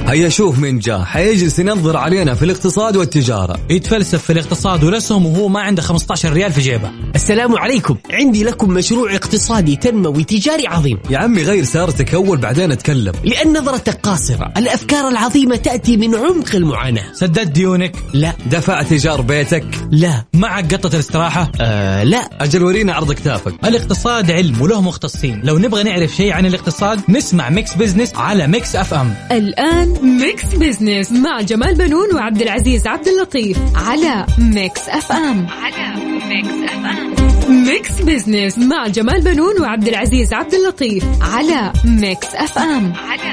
هيا شوف من جاء حيجلس ينظر علينا في الاقتصاد والتجارة، يتفلسف في الاقتصاد ورسم وهو ما عنده 15 ريال في جيبه. السلام عليكم، عندي لكم مشروع اقتصادي تنموي تجاري عظيم. يا عمي غير سيارتك أول بعدين أتكلم. لأن نظرتك قاصرة، الأفكار العظيمة تأتي من عمق المعاناة. سددت ديونك؟ لا. دفعت إيجار بيتك؟ لا. معك قطة الاستراحة؟ لا. أجل ورينا عرض كتافك. الاقتصاد علم وله مختصين، لو نبغى نعرف شيء عن الاقتصاد نسمع ميكس بزنس على ميكس اف ام. الآن ميكس بزنس مع جمال بنون وعبد العزيز عبد اللطيف على ميكس اف ام. ميكس بزنس مع جمال بنون وعبد العزيز عبد اللطيف على ميكس اف ام.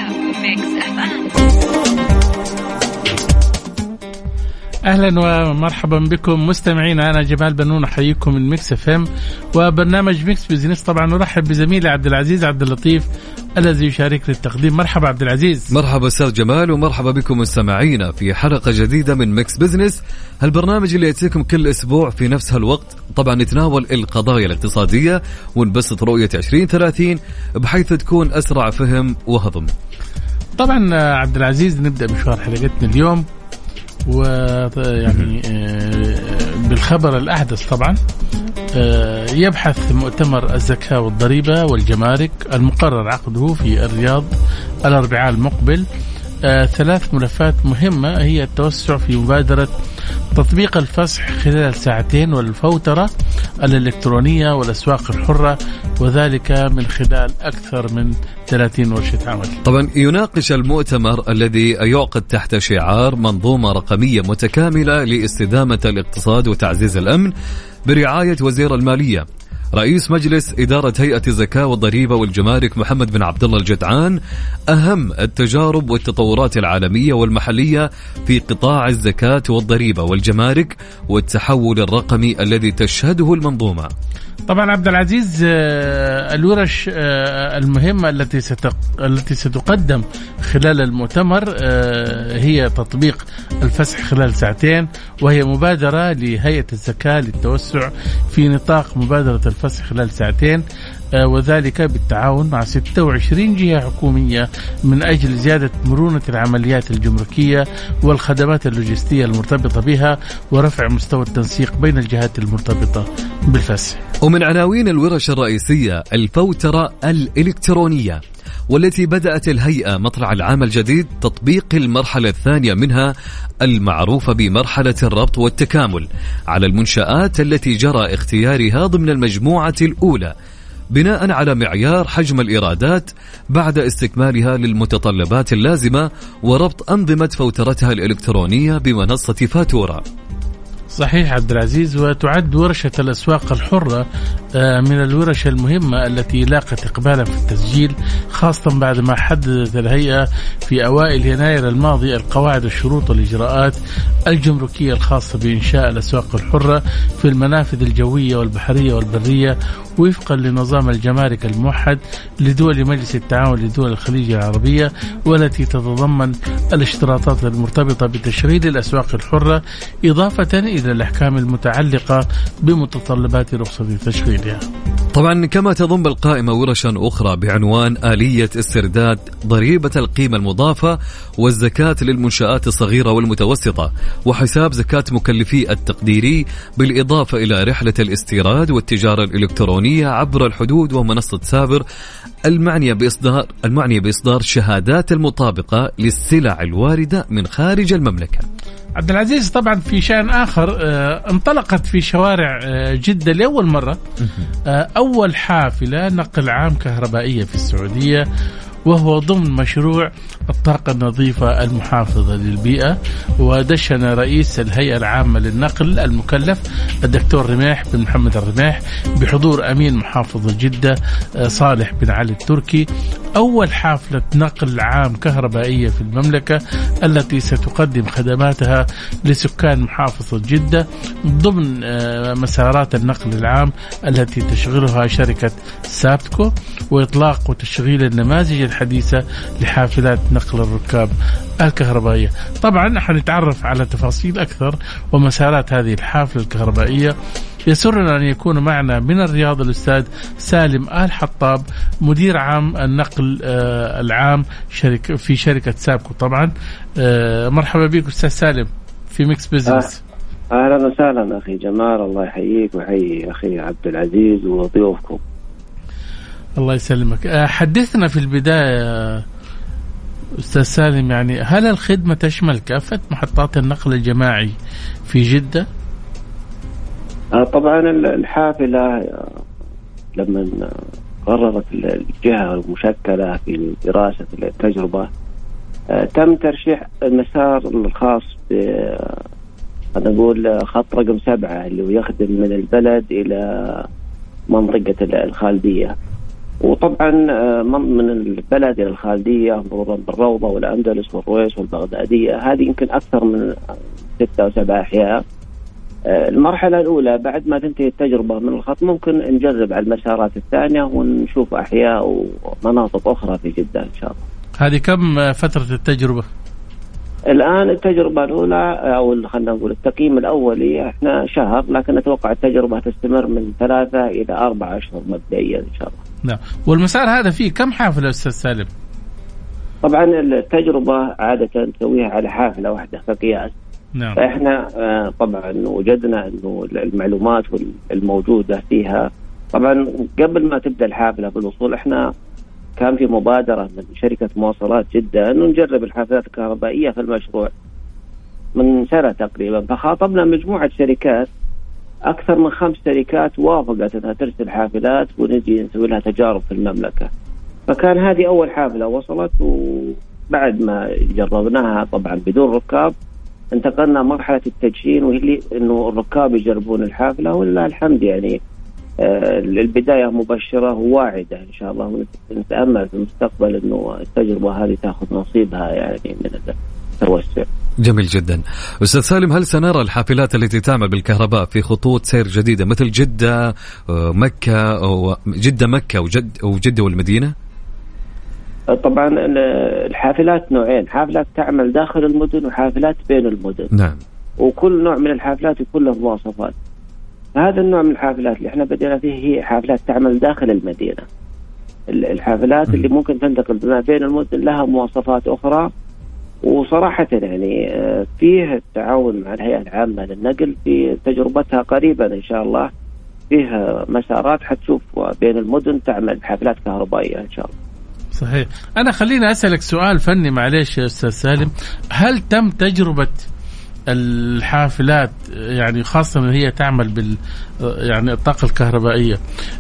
أهلا ومرحبا بكم مستمعينا، أنا جمال بنون أحييكم من ميكس اف ام وبرنامج ميكس بزنس. طبعا نرحب بزميلي عبد العزيز عبد اللطيف الذي يشارك للتقديم. مرحبا عبد العزيز. مرحبا أستاذ جمال، ومرحبا بكم مستمعينا في حلقة جديدة من ميكس بزنس، هالبرنامج اللي يأتيكم كل أسبوع في نفس هالوقت. طبعا نتناول القضايا الاقتصادية ونبسط رؤية 2030 بحيث تكون أسرع فهم وهضم. طبعا عبد العزيز نبدأ مشوار حلقتنا اليوم ويعني بالخبر الأحدث. طبعا يبحث مؤتمر الزكاة والضريبة والجمارك المقرر عقده في الرياض الأربعاء المقبل 3 ملفات مهمة، هي التوسع في مبادرة تطبيق الفسح خلال 2 والفوترة الإلكترونية والأسواق الحرة، وذلك من خلال أكثر من 30 ورشة عمل. طبعا يناقش المؤتمر الذي يعقد تحت شعار منظومة رقمية متكاملة لاستدامة الاقتصاد وتعزيز الأمن برعاية وزير المالية رئيس مجلس إدارة هيئة الزكاة والضريبة والجمارك محمد بن عبد الله الجدعان أهم التجارب والتطورات العالمية والمحلية في قطاع الزكاة والضريبة والجمارك والتحول الرقمي الذي تشهده المنظومة. طبعا عبد العزيز الورش المهمة التي ستقدم خلال المؤتمر هي تطبيق الفسح خلال 2، وهي مبادرة لهيئة الزكاة للتوسع في نطاق مبادرة الفسح خلال 2، وذلك بالتعاون مع 26 جهة حكومية من أجل زيادة مرونة العمليات الجمركية والخدمات اللوجستية المرتبطة بها ورفع مستوى التنسيق بين الجهات المرتبطة بالفسح. ومن عناوين الورش الرئيسية الفوترة الإلكترونية، والتي بدأت الهيئة مطلع العام الجديد تطبيق المرحلة الثانية منها المعروفة بمرحلة الربط والتكامل على المنشآت التي جرى اختيارها ضمن المجموعة الأولى بناء على معيار حجم الإيرادات بعد استكمالها للمتطلبات اللازمة وربط أنظمة فوترتها الإلكترونية بمنصة فاتورة. صحيح عبد العزيز، وتعد ورشة الأسواق الحرة من الورش المهمة التي لاقت إقبالا في التسجيل، خاصة بعد ما حددت الهيئة في أوائل يناير الماضي القواعد والشروط والإجراءات الجمركية الخاصة بإنشاء الأسواق الحرة في المنافذ الجوية والبحرية والبرية وفقا لنظام الجمارك الموحد لدول مجلس التعاون لدول الخليج العربية، والتي تتضمن الاشتراطات المرتبطة بتشغيل الأسواق الحرة إضافة إلى الأحكام المتعلقة بمتطلبات رخصة تشغيلها. طبعا كما تضم القائمة ورشا أخرى بعنوان آلية استرداد ضريبة القيمة المضافة والزكاة للمنشآت الصغيرة والمتوسطة وحساب زكاة مكلفي التقديري، بالإضافة إلى رحلة الاستيراد والتجارة الإلكترونية عبر الحدود ومنصة سابر المعنية بإصدار شهادات المطابقة للسلع الواردة من خارج المملكة. عبد العزيز، طبعا في شأن آخر انطلقت في شوارع جدة لأول مرة أول حافلة نقل عام كهربائية في السعودية، وهو ضمن مشروع الطاقة النظيفة المحافظة للبيئة. ودشن رئيس الهيئة العامة للنقل المكلف الدكتور رميح بن محمد الرميح بحضور أمين محافظة جدة صالح بن علي التركي أول حافلة نقل عام كهربائية في المملكة، التي ستقدم خدماتها لسكان محافظة جدة ضمن مسارات النقل العام التي تشغلها شركة سابتكو، وإطلاق وتشغيل النماذج الحديثة لحافلات نقل الركاب الكهربائية. طبعا حنتعرف على تفاصيل أكثر ومسارات هذه الحافلة الكهربائية يسرنا أن يكون معنا من الرياض الأستاذ سالم آل حطاب، مدير عام النقل العام في شركة سابكو. طبعا مرحبا بك أستاذ سالم في ميكس بيزنس. أهلا وسهلا أخي جمال، الله يحييك ويحيي أخي عبد العزيز وضيوفكم. الله يسلمك. حدثنا في البداية أستاذ سالم، يعني هل الخدمة تشمل كافة محطات النقل الجماعي في جدة؟ طبعا الحافلة لما قررت الجهة المشكلة في دراسة التجربة تم ترشيح المسار الخاص أنا أقول خط رقم 7 اللي هو يخدم من البلد إلى منطقة الخالدية. وطبعا من البلد إلى الخالدية مرورا بالروضة والأندلس والرويس والبغدادية، هذه يمكن أكثر من 6 أو 7 أحياء. المرحلة الأولى بعد ما تنتهي التجربة من الخط ممكن نجرب على المسارات الثانية ونشوف أحياء ومناطق أخرى في جدة إن شاء الله. هذه كم فترة التجربة؟ الآن التجربة الأولى أو خلينا نقول التقييم الأولي إحنا شهر، لكن نتوقع التجربة تستمر من 3 إلى 4 أشهر مبدئيا إن شاء الله. نعم. والمسار هذا فيه كم حافلة أستاذ سالم؟ طبعا التجربة عادة نسويها على حافلة واحدة كقياس. نعم. فإحنا طبعا وجدنا إنه المعلومات الموجودة فيها، طبعا قبل ما تبدأ الحافلة بالوصول إحنا كان في مبادرة من شركة مواصلات جدة إنه نجرب الحافلات الكهربائية في المشروع من سنة تقريبا. فخاطبنا مجموعة شركات، أكثر من 5 شركات وافقت أنها ترسل حافلات ونجي نسوي لها تجارب في المملكة. فكان هذه أول حافلة وصلت، وبعد ما جربناها طبعا بدون ركاب انتقلنا مرحلة التدشين، وهي إنه الركاب يجربون الحافلة. ولله الحمد يعني البداية مبشرة وواعدة إن شاء الله، ونتأمل في المستقبل إنه التجربة هذه تأخذ نصيبها يعني من التوسع. جميل جدا. أستاذ سالم، هل سنرى الحافلات التي تعمل بالكهرباء في خطوط سير جديدة مثل جدة مكة أو جدة مكة وجدة والمدينة؟ طبعا الحافلات نوعين، حافلات تعمل داخل المدن وحافلات بين المدن. نعم. وكل نوع من الحافلات يكون له مواصفات. هذا النوع من الحافلات اللي احنا بدينا فيه هي حافلات تعمل داخل المدينة. الحافلات اللي ممكن تنتقل ما بين المدن لها مواصفات أخرى. وصراحة يعني فيه التعاون مع الهيئة العامة للنقل في تجربتها قريبا إن شاء الله، فيها مسارات حتشوف بين المدن تعمل حافلات كهربائية إن شاء الله. صحيح. أنا خليني أسألك سؤال فني معليش يا أستاذ سالم، هل تم تجربة الحافلات يعني خاصة أن هي تعمل يعني الطاقة الكهربائية،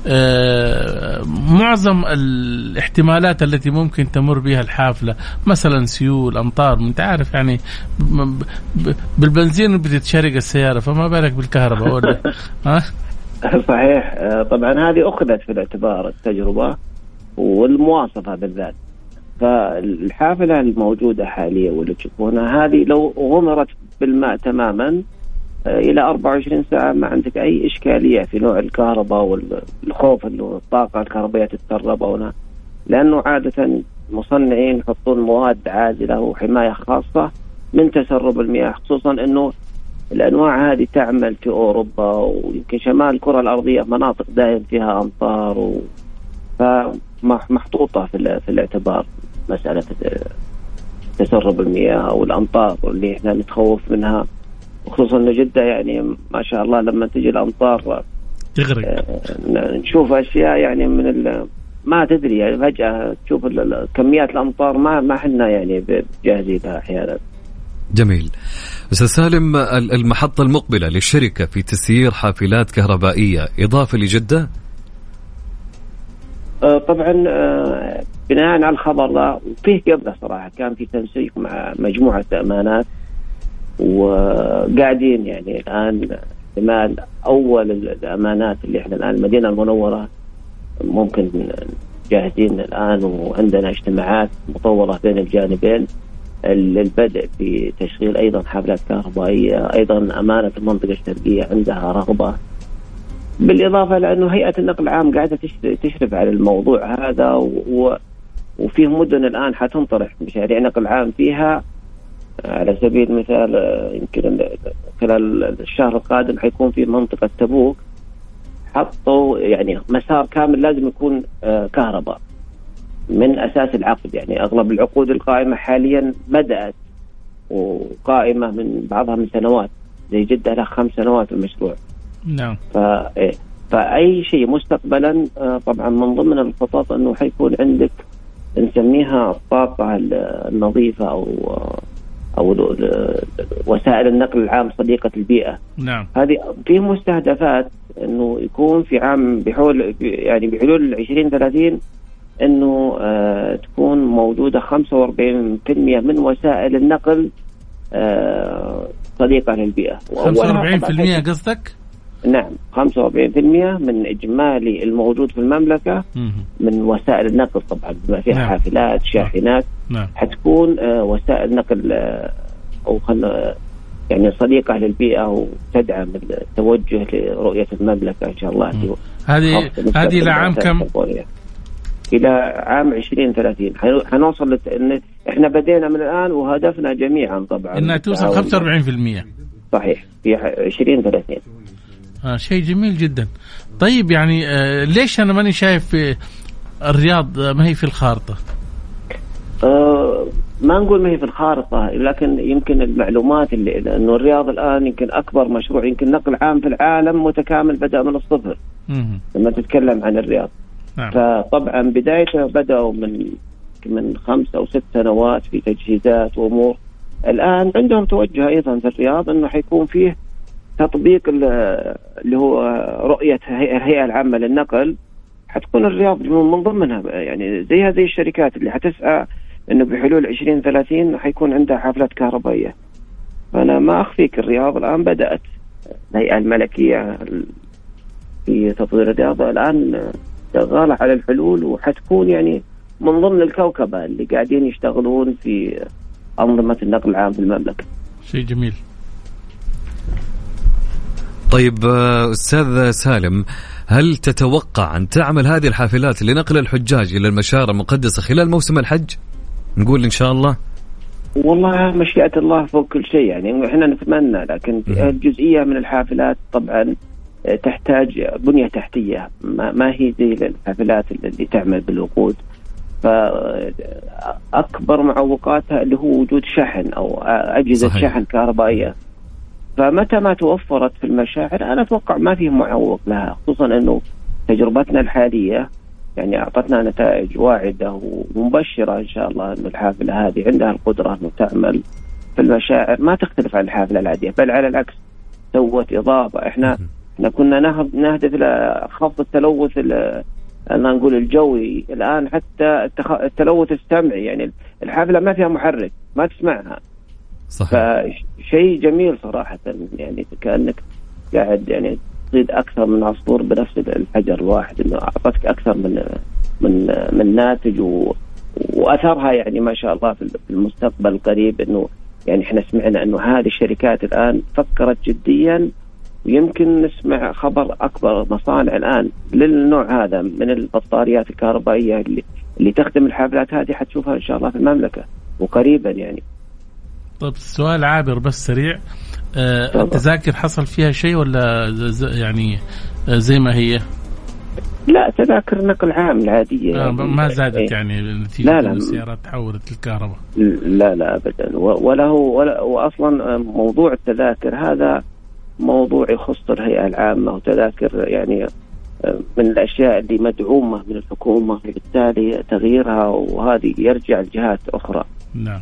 معظم الاحتمالات التي ممكن تمر بها الحافلة مثلا سيول أمطار، انت عارف يعني بالبنزين بتتشرق السيارة، فما بالك بالكهرباء ولا صحيح. طبعا هذه أخذت في الاعتبار التجربة والمواصفة بالذات. فالحافلة الموجودة حاليا واللي تشوفونها هذه لو غمرت بالماء تماما إلى 24 ساعة ما عندك أي إشكالية في نوع الكهرباء والخوف إنه الطاقة الكهربائية تتسرب أو لأنه عادة مصنعين يحطون مواد عازلة وحماية خاصة من تسرب المياه، خصوصا إنه الأنواع هذه تعمل في أوروبا ويمكن شمال الكرة الأرضية مناطق دائم فيها أمطار فمحطوطة في الاعتبار مسألة تسرب المياه والأمطار اللي احنا نتخوف منها، وخصوصا إن جدة يعني ما شاء الله لما تجي الأمطار تغرق. نشوف أشياء يعني من ما تدري يعني فجأة تشوف كميات الأمطار ما حنا يعني جاهزين لها أحيانا. جميل. أستاذ سالم، المحطة المقبلة للشركة في تسيير حافلات كهربائية إضافة لجدة؟ طبعا بناء على الخبر ذا وفيه قبله صراحة كان في تنسيق مع مجموعة أمانات، وقاعدين يعني الآن احتمال أول الأمانات اللي احنا الآن المدينة المنورة ممكن جاهزين الآن، وعندنا اجتماعات مطولة بين الجانبين للبدء في تشغيل أيضا حافلات كهربائية. أيضا أمانة المنطقة الشرقية عندها رغبة، بالإضافة لأنه هيئة النقل العام قاعدة تشرف على الموضوع هذا، وفيه مدن الآن حتنطرح مشاريع نقل عام فيها. على سبيل المثال يمكن خلال الشهر القادم حيكون في منطقة تبوك حطوا يعني مسار كامل لازم يكون كهرباء من أساس العقد. يعني أغلب العقود القائمة حاليا بدأت وقائمة من بعضها من سنوات، زي جدة لها 5 سنوات المشروع. نعم. فأي شيء مستقبلا طبعا من ضمن الخطط أنه حيكون عندك نسميها الطاقة النظيفة أو وسائل النقل العام صديقة البيئة. نعم. هذه في مستهدفات أنه يكون في عام بحلول 2030 أنه تكون موجودة 45% من وسائل النقل صديقة للبيئة. 45% قصدك؟ نعم، 45% من إجمالي الموجود في المملكة من وسائل النقل، طبعا بما فيها نعم. حافلات، شاحنات. نعم. حتكون وسائل نقل أو يعني صديقة للبيئة وتدعم التوجه لرؤية المملكة إن شاء الله. هذه إلى عام كم؟ إلى عام 2030 حنوصل إن إحنا بدينا من الآن وهدفنا جميعا طبعا إنها توصل 45%. صحيح في 2030. شيء جميل جدا. طيب يعني ليش أنا ماني شايف الرياض ما هي في الخارطة؟ ما نقول ما هي في الخارطة، لكن يمكن المعلومات إنه الرياض الآن يمكن أكبر مشروع يمكن نقل عام في العالم متكامل بدأ من الصفر لما تتكلم عن الرياض. نعم. فطبعا بدايته بدأوا من 5 أو 6 سنوات في تجهيزات وأمور. الآن عندهم توجه أيضا في الرياض أنه حيكون فيه تطبيق اللي هو رؤية الهيئة العامة للنقل. حتكون الرياض من ضمنها، يعني زي الشركات اللي حتسعى أنه بحلول 2030 حيكون عندها حافلات كهربائية. فأنا ما أخفيك الرياض الآن بدأت الهيئة الملكية في تطوير الرياض الآن شغالة على الحلول، وحتكون يعني من ضمن الكوكبة اللي قاعدين يشتغلون في أنظمة النقل العام في المملكة. شيء جميل. طيب أستاذ سالم، هل تتوقع أن تعمل هذه الحافلات لنقل الحجاج إلى المشاعر المقدسة خلال موسم الحج؟ نقول إن شاء الله. والله مشيئة الله فوق كل شيء، يعني إحنا نتمنى، لكن الجزئية من الحافلات طبعا تحتاج بنية تحتية، ما هي زي الحافلات اللي تعمل بالوقود. فأكبر معوقاتها اللي هو وجود شحن أو أجهزة صحيح. شحن كهربائية. فمتى ما توفرت في المشاعر أنا أتوقع ما فيه معوق لها، خصوصا أنه تجربتنا الحالية يعني أعطتنا نتائج واعدة ومبشرة إن شاء الله أن الحافلة هذه عندها القدرة أنه تعمل في المشاعر ما تختلف عن الحافلة العادية، بل على العكس سوت إضافة. إحنا كنا نهدف إلى خفض التلوث أنا نقول الجوي، الآن حتى التلوث السمعي، يعني الحافلة ما فيها محرك ما تسمعها. صحيح. فشيء جميل صراحة، يعني كأنك قاعد يعني تصيد أكثر من عصفور بنفس الحجر الواحد، إنه أعطتك أكثر من ناتج وأثرها يعني ما شاء الله في المستقبل القريب. إنه يعني إحنا سمعنا إنه هذه الشركات الآن فكرت جديا، ويمكن نسمع خبر أكبر مصانع الآن للنوع هذا من البطاريات الكهربائية اللي تخدم الحافلات هذه حتشوفها إن شاء الله في المملكة وقريبا يعني. طيب سؤال عابر بس سريع، التذاكر حصل فيها شيء ولا يعني زي ما هي؟ لا، تذاكر نقل عام العادية يعني ما زادت يعني نتيجة السيارات تحولت للكهرباء. لا أبدا، وأصلا موضوع التذاكر هذا موضوع يخص الهيئة العامة، وتذاكر يعني من الأشياء اللي مدعومة من الحكومة، وبالتالي تغييرها وهذه يرجع لجهات أخرى. نعم.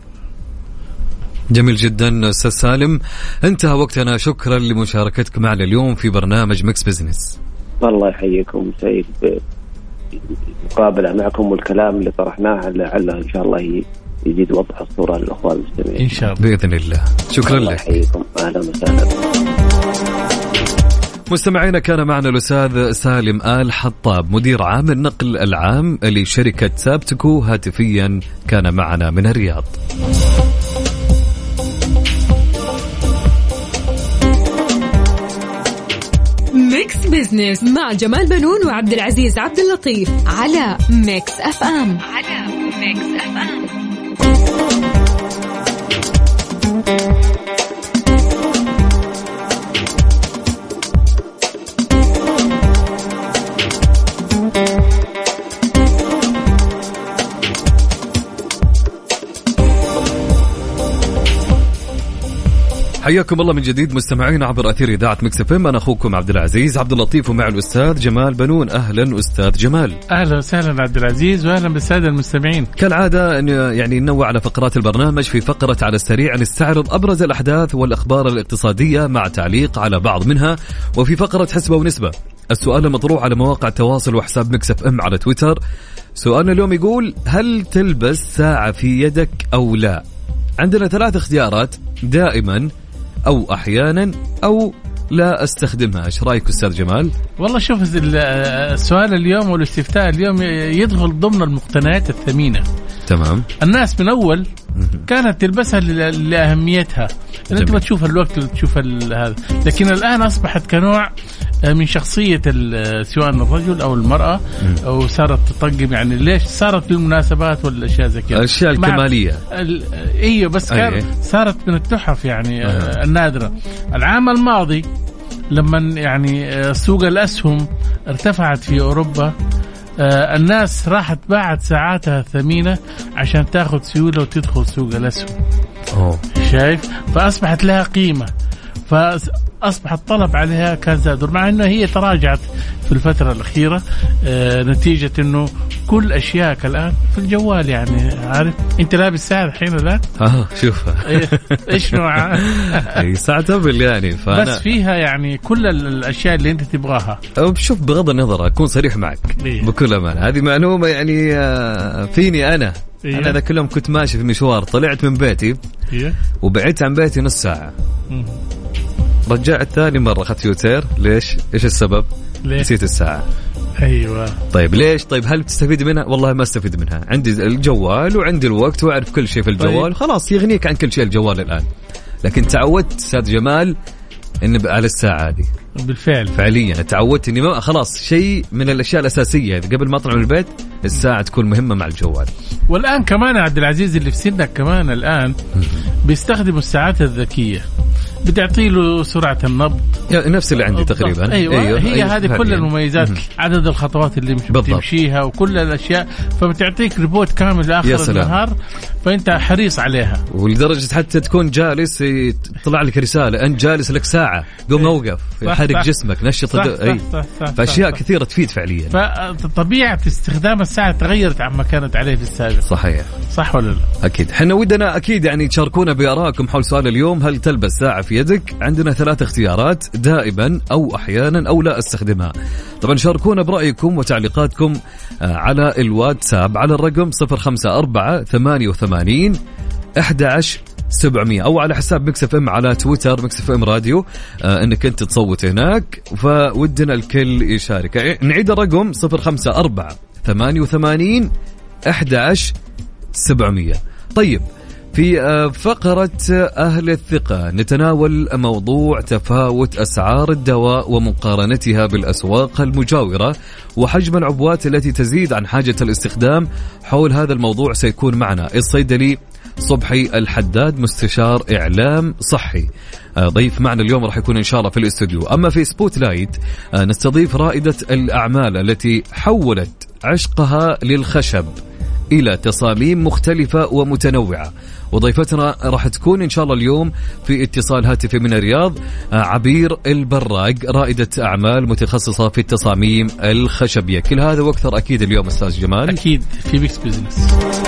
جميل جدا أستاذ سالم، انتهى وقتنا. شكرا لمشاركتك معنا اليوم في برنامج ميكس بزنس. الله يحييكم، سعيد مقابلة معكم والكلام اللي طرحناه لعل إن شاء الله يزيد وضح الصورة للأخوان المستمعين إن شاء الله بإذن الله. شكرا لك. يحييكم، أهلا وسهلا. مستمعينا، كان معنا الأستاذ سالم آل حطاب مدير عام النقل العام لشركة سابتكو، هاتفيا كان معنا من الرياض. ميكس بزنس مع جمال بنون وعبد العزيز عبد اللطيف على ميكس اف ام. حياكم الله من جديد مستمعين عبر أثير إذاعة مكس اف ام. أنا أخوكم عبد العزيز عبد اللطيف ومع الأستاذ جمال بنون. أهلا أستاذ جمال. أهلا وسهلا عبد العزيز وأهلا بالسادة المستمعين. كالعادة يعني ننوع على فقرات البرنامج. في فقرة على السريع نستعرض أبرز الأحداث والأخبار الاقتصادية مع تعليق على بعض منها. وفي فقرة حسبة ونسبة السؤال المطروح على مواقع التواصل وحساب مكس اف ام على تويتر. سؤالنا اليوم يقول: هل تلبس ساعة في يدك أو لا؟ عندنا 3 اختيارات: دائما أو أحيانا أو لا أستخدمها. إيش رأيك أستاذ جمال؟ والله شوف السؤال اليوم والاستفتاء اليوم يدخل ضمن المقتنيات الثمينة. تمام. الناس من أول كانت تلبسها لأهميتها، أنت بتشوف الوقت وتشوف هذا، لكن الآن أصبحت كنوع من شخصية سواء الرجل أو المرأة، أو صارت تطقم. يعني ليش صارت للمناسبات والأشياء زي كذا، الأشياء الكمالية. إيه بس صارت من التحف يعني النادرة. العام الماضي لما يعني سوق الأسهم ارتفعت في أوروبا، الناس راحت باعت ساعاتها الثمينة عشان تاخذ سيولة وتدخل سوق الأسهم. شايف؟ فأصبحت لها قيمة، فأصبح الطلب عليها كان زاد، مع أنه هي تراجعت في الفترة الأخيرة نتيجة أنه كل أشياءك الآن في الجوال. يعني عارف أنت لابس ساعة الحين الآن؟ شوفها. إيش نوعها؟ ساعة أبل يعني. بس فيها يعني كل الأشياء اللي أنت تبغاها. شوف بغض النظر أكون صريح معك بكل أمانة، هذه معلومة يعني فيني أنا. أنا ذا كلهم كنت ماشي في مشوار، طلعت من بيتي وبعدت عن بيتي نص ساعة، رجعت ثاني مرة أخذت يوتير. ليش؟ إيش السبب؟ نسيت الساعة. أيوة. طيب ليش؟ طيب هل تستفيد منها؟ والله ما استفيد منها. عندي الجوال وعندي الوقت وأعرف كل شيء في الجوال. طيب. خلاص يغنيك عن كل شيء الجوال الآن. لكن تعودت أستاذ جمال إن على الساعة هذه. بالفعل فعليا تعودت إني ما خلاص شيء من الأشياء الأساسية قبل ما أطلع من البيت الساعة تكون مهمة مع الجوال. والآن كمان عبد العزيز اللي في سنك كمان الآن بيستخدموا الساعات الذكية، بتعطي له سرعة النبض نفس اللي عندي تقريبا. أيوة. هي هذه كل المميزات، عدد الخطوات اللي بتمشيها وكل الأشياء، فبتعطيك ريبورت كامل آخر النهار، فأنت حريص عليها. ولدرجة حتى تكون جالس يطلع لك رسالة أنت جالس لك ساعة، قوم أوقف، حرك جسمك، نشط. فأشياء كثيرة تفيد فعليا. فطبيعة استخدام الساعة تغيرت عما كانت عليه في السابق. صحيح. صح ولا لا؟ أكيد. حنا ودنا أكيد يعني تشاركونا بآرائكم حول سؤال اليوم: هل تلبس ساعة في يدك؟ عندنا 3 اختيارات: دائما أو أحيانا أو لا أستخدمها. طبعا شاركونا برأيكم وتعليقاتكم على الواتساب على الرقم 0548811700 أو على حساب مكس اف ام على تويتر مكس اف ام راديو، انك انت تصوت هناك، فودنا الكل يشارك. نعيد الرقم 0548811700. طيب في فقرة أهل الثقة نتناول موضوع تفاوت أسعار الدواء ومقارنتها بالأسواق المجاورة وحجم العبوات التي تزيد عن حاجة الاستخدام. حول هذا الموضوع سيكون معنا الصيدلي صبحي الحداد مستشار إعلام صحي، ضيف معنا اليوم راح يكون إن شاء الله في الاستوديو. أما في سبوت لايت نستضيف رائدة الأعمال التي حولت عشقها للخشب إلى تصاميم مختلفة ومتنوعة، وضيفتنا راح تكون إن شاء الله اليوم في اتصال هاتفي من الرياض عبير البراق، رائدة أعمال متخصصة في التصاميم الخشبية. كل هذا وأكثر أكيد اليوم أستاذ جمال، أكيد في ميكس بيزنس.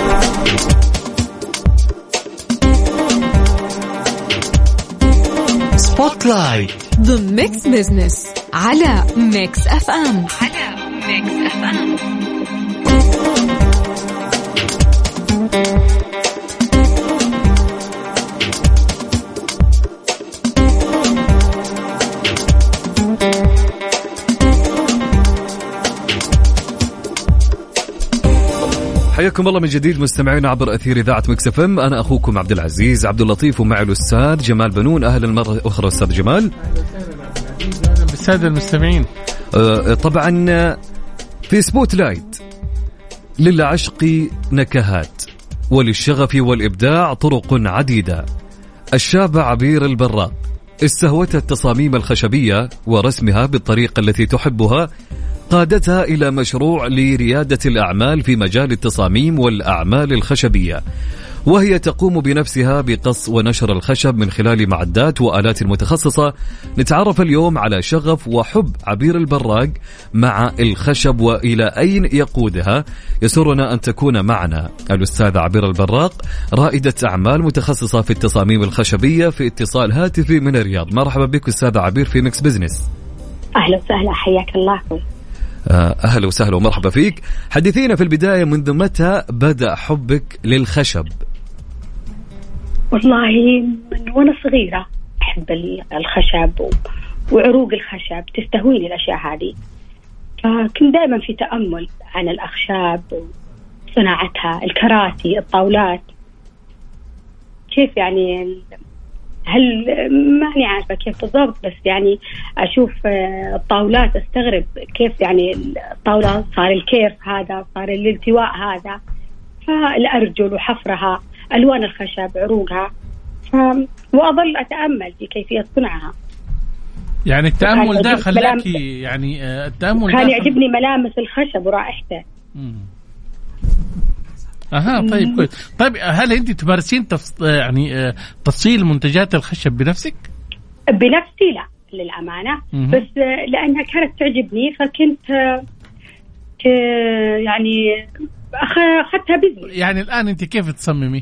سبوت لايت ضمن ميكس بيزنس على ميكس اف ام. حياكم الله من جديد مستمعين عبر أثير إذاعة مكس اف ام. أنا أخوكم عبد العزيز عبد اللطيف ومع الأستاذ جمال بنون. أهلا مرة أخرى أستاذ جمال. أهلا بالسادة المستمعين. طبعا في سبوت لايت للعشق نكهات وللشغف والإبداع طرق عديدة. الشابة عبير البراق استهوتها التصاميم الخشبية ورسمها بالطريقة التي تحبها، قادتها إلى مشروع لريادة الأعمال في مجال التصاميم والأعمال الخشبية، وهي تقوم بنفسها بقص ونشر الخشب من خلال معدات وآلات متخصصة. نتعرف اليوم على شغف وحب عبير البراق مع الخشب وإلى أين يقودها. يسرنا أن تكون معنا الأستاذة عبير البراق، رائدة أعمال متخصصة في التصاميم الخشبية، في اتصال هاتفي من الرياض. مرحبا بك أستاذة عبير في ميكس بزنس. أهلا وسهلا، حياك الله. أهلا وسهلا ومرحبا فيك. حدثينا في البداية، منذ متى بدأ حبك للخشب؟ والله من وأنا صغيرة أحب الخشب وعروق الخشب، تستهويني الأشياء هذه. فكنت دائما في تأمل عن الأخشاب وصناعتها، الكراسي، الطاولات، كيف يعني، هل ماني عارفة كيف بالضبط، بس يعني أشوف الطاولات أستغرب كيف يعني الطاولة صار الكيرف هذا، صار الالتواء هذا، فالأرجل وحفرها، ألوان الخشب، عروقها، وأظل أتأمل في كيفية صنعها. يعني التأمل ده خلاك يعني التأمل كان يعجبني ملامس الخشب ورائحته. طيب كويس. طيب هل أنت تمارسين يعني تفصيل منتجات الخشب بنفسك؟ بنفسي لا للأمانة، بس لأنها كانت تعجبني فكنت يعني أخذتها بزنس. يعني الآن أنت كيف تصممي؟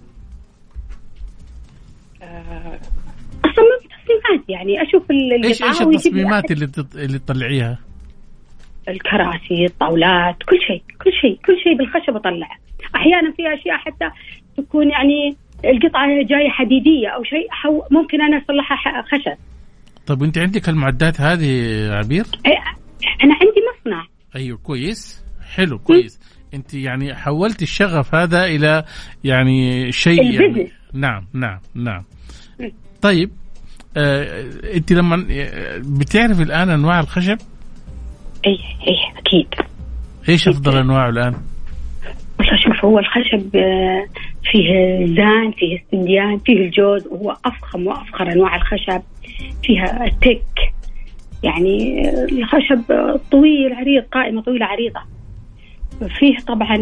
أصمم تصميمات، يعني أشوف إيش التصميمات اللي تطلعيها؟ الكراسي، الطاولات، كل شيء بالخشب أطلعه. أحيانا في أشياء حتى تكون يعني القطعة جاية حديدية أو شيء، ممكن أنا أصلحها خشب. طب وأنت عندك المعدات هذه عبير؟ أنا عندي مصنع. أيوة كويس، حلو كويس. أنت يعني حولت الشغف هذا إلى يعني شيء يعني. نعم. طيب أنت لما بتعرف الآن أنواع الخشب؟ أي أكيد. إيش أفضل أنواعه الآن؟ والله شوف، هو الخشب فيه زان، فيه السنديان، فيه الجوز، وهو أفخم وأفخر أنواع الخشب. فيها التك، يعني الخشب طويل عريض، قائمة طويلة عريضة. فيه طبعا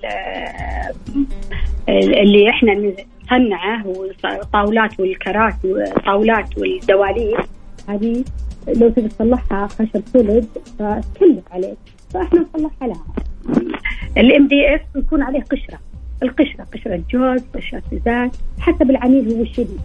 اللي احنا نصنعه والطاولات والكراسي والطاولات والدواليب، هذه لو تبي تصلحها خشب سوليد فتكلف عليك، فاحنا نصلحها لها. الMDF يكون عليه قشرة جوز، قشرة زيت، حسب العميل هو الشديد.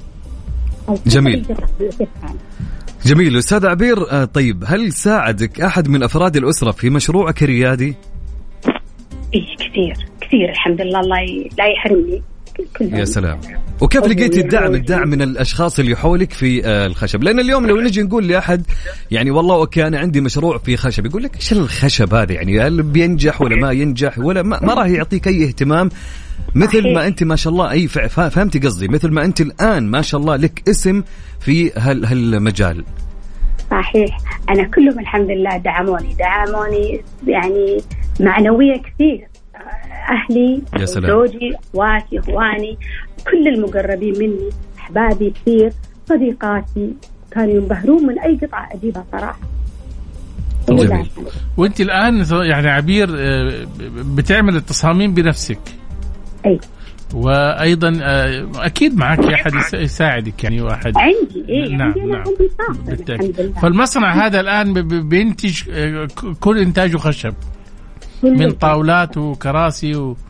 جميل أستاذ عبير. طيب هل ساعدك أحد من أفراد الأسرة في مشروعك الريادي؟ إيه كثير الحمد لله، الله لا يحرمني. يا سلام. وكيف لقيت الدعم من الأشخاص اللي حولك في الخشب؟ لأن اليوم لو نجي نقول لأحد يعني والله أوكي أنا عندي مشروع في خشب، يقول لك إيش الخشب هذا، يعني هل بينجح ولا ما ينجح، ولا ما راح يعطيك أي اهتمام مثل ما أنت ما شاء الله. أي فهمتي قصدي؟ مثل ما أنت الآن ما شاء الله لك اسم في هالمجال. صحيح. أنا كلهم الحمد لله دعموني يعني معنوية كثير. أهلي، زوجي، أخواتي، أخواني، كل المقربين مني، أحبابي كثير، صديقاتي، كانوا ينبهرون من أي قطعة أجيبها صراحة. جميل. وأنت الآن يعني عبير بتعمل التصاميم بنفسك؟ أي. وأيضا أكيد معك أحد يساعدك، يعني واحد عندي. نعم. عندي. فالمصنع هذا الآن بينتج كل إنتاجه خشب، من طاولات وكراسي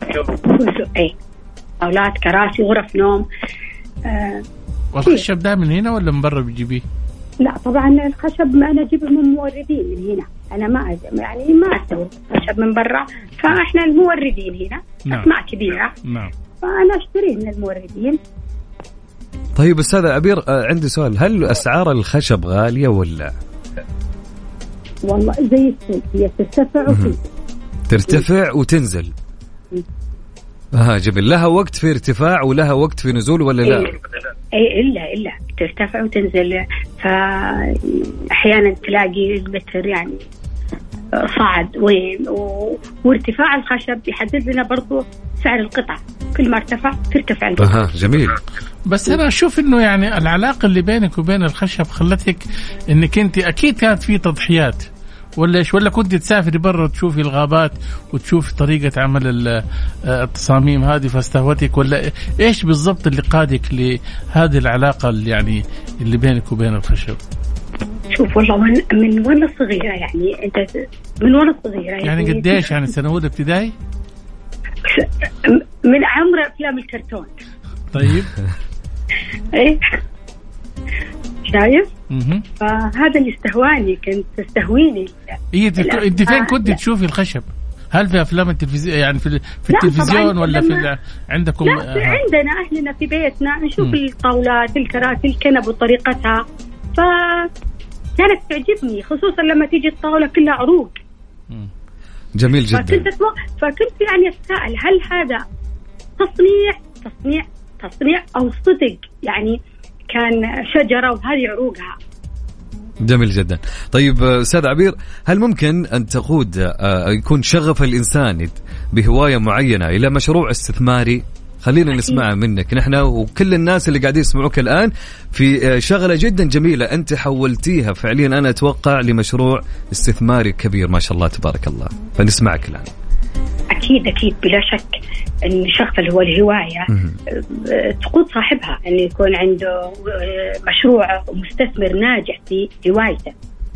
طاولات، كراسي، غرف نوم. والخشب ده من هنا ولا من برا بتجيبيه؟ لا طبعا الخشب ما أنا أجيبه من موردين من هنا. أنا ما أستورد خشب من برا، فإحنا الموردين هنا. نعم. أسماء كبيرة. نعم. فأنا أشتريه من الموردين. طيب أستاذ عبير، عندي سؤال، هل أسعار الخشب غالية ولا؟ والله زي السوق، هي ترتفع وتنزل. جميل. لها وقت في ارتفاع ولها وقت في نزول ولا لا؟ إلا ترتفع وتنزل. فأحيانا تلاقي المتر يعني صعد وارتفاع الخشب يحدد لنا برضو سعر القطعة، كل ما ارتفع ترتفع القطعة. جميل. بس أنا أشوف إنه يعني العلاقة اللي بينك وبين الخشب خلتك إنك أنت أكيد كانت في تضحيات، ولا إيش؟ ولا كنت تسافري برا وتشوفي الغابات وتشوفي طريقة عمل التصاميم هذه فاستهوتك، ولا إيش بالضبط اللي قادك لهذه العلاقة اللي يعني اللي بينك وبين الخشب؟ شوف والله من وانا صغيرة، يعني أنت من وانا صغيرة يعني قديش يعني سنة أولى ابتدائي؟ من عمر أفلام الكرتون. طيب إيه شايف؟ فهذا اللي استهواني، كنت تستهويني. أنت فين كنت تشوفي الخشب؟ هل في أفلام التلفزيون يعني في التلفزيون ولا في عندكم؟ لا عندنا أهلنا في بيتنا نشوف الطاولات الكراسي الكنب وطريقتها، فكانت تعجبني خصوصا لما تيجي الطاولة كلها عروق. جميل جدا. فكنت يعني أتساءل هل هذا تصنيع أو صدق، يعني كان شجرة وهذه عروقها. جميل جدا. طيب أستاذ عبير، هل ممكن أن تقود يكون شغف الإنسان بهواية معينة إلى مشروع استثماري؟ خلينا نسمع منك نحن وكل الناس اللي قاعدين يسمعوك الآن في شغلة جدا جميلة أنت حولتيها فعليا أنا أتوقع لمشروع استثماري كبير ما شاء الله تبارك الله، فنسمعك الآن. أكيد بلا شك أن الشغف اللي هو الهواية تقود صاحبها أن يكون عنده مشروع ومستثمر ناجح في هوايته.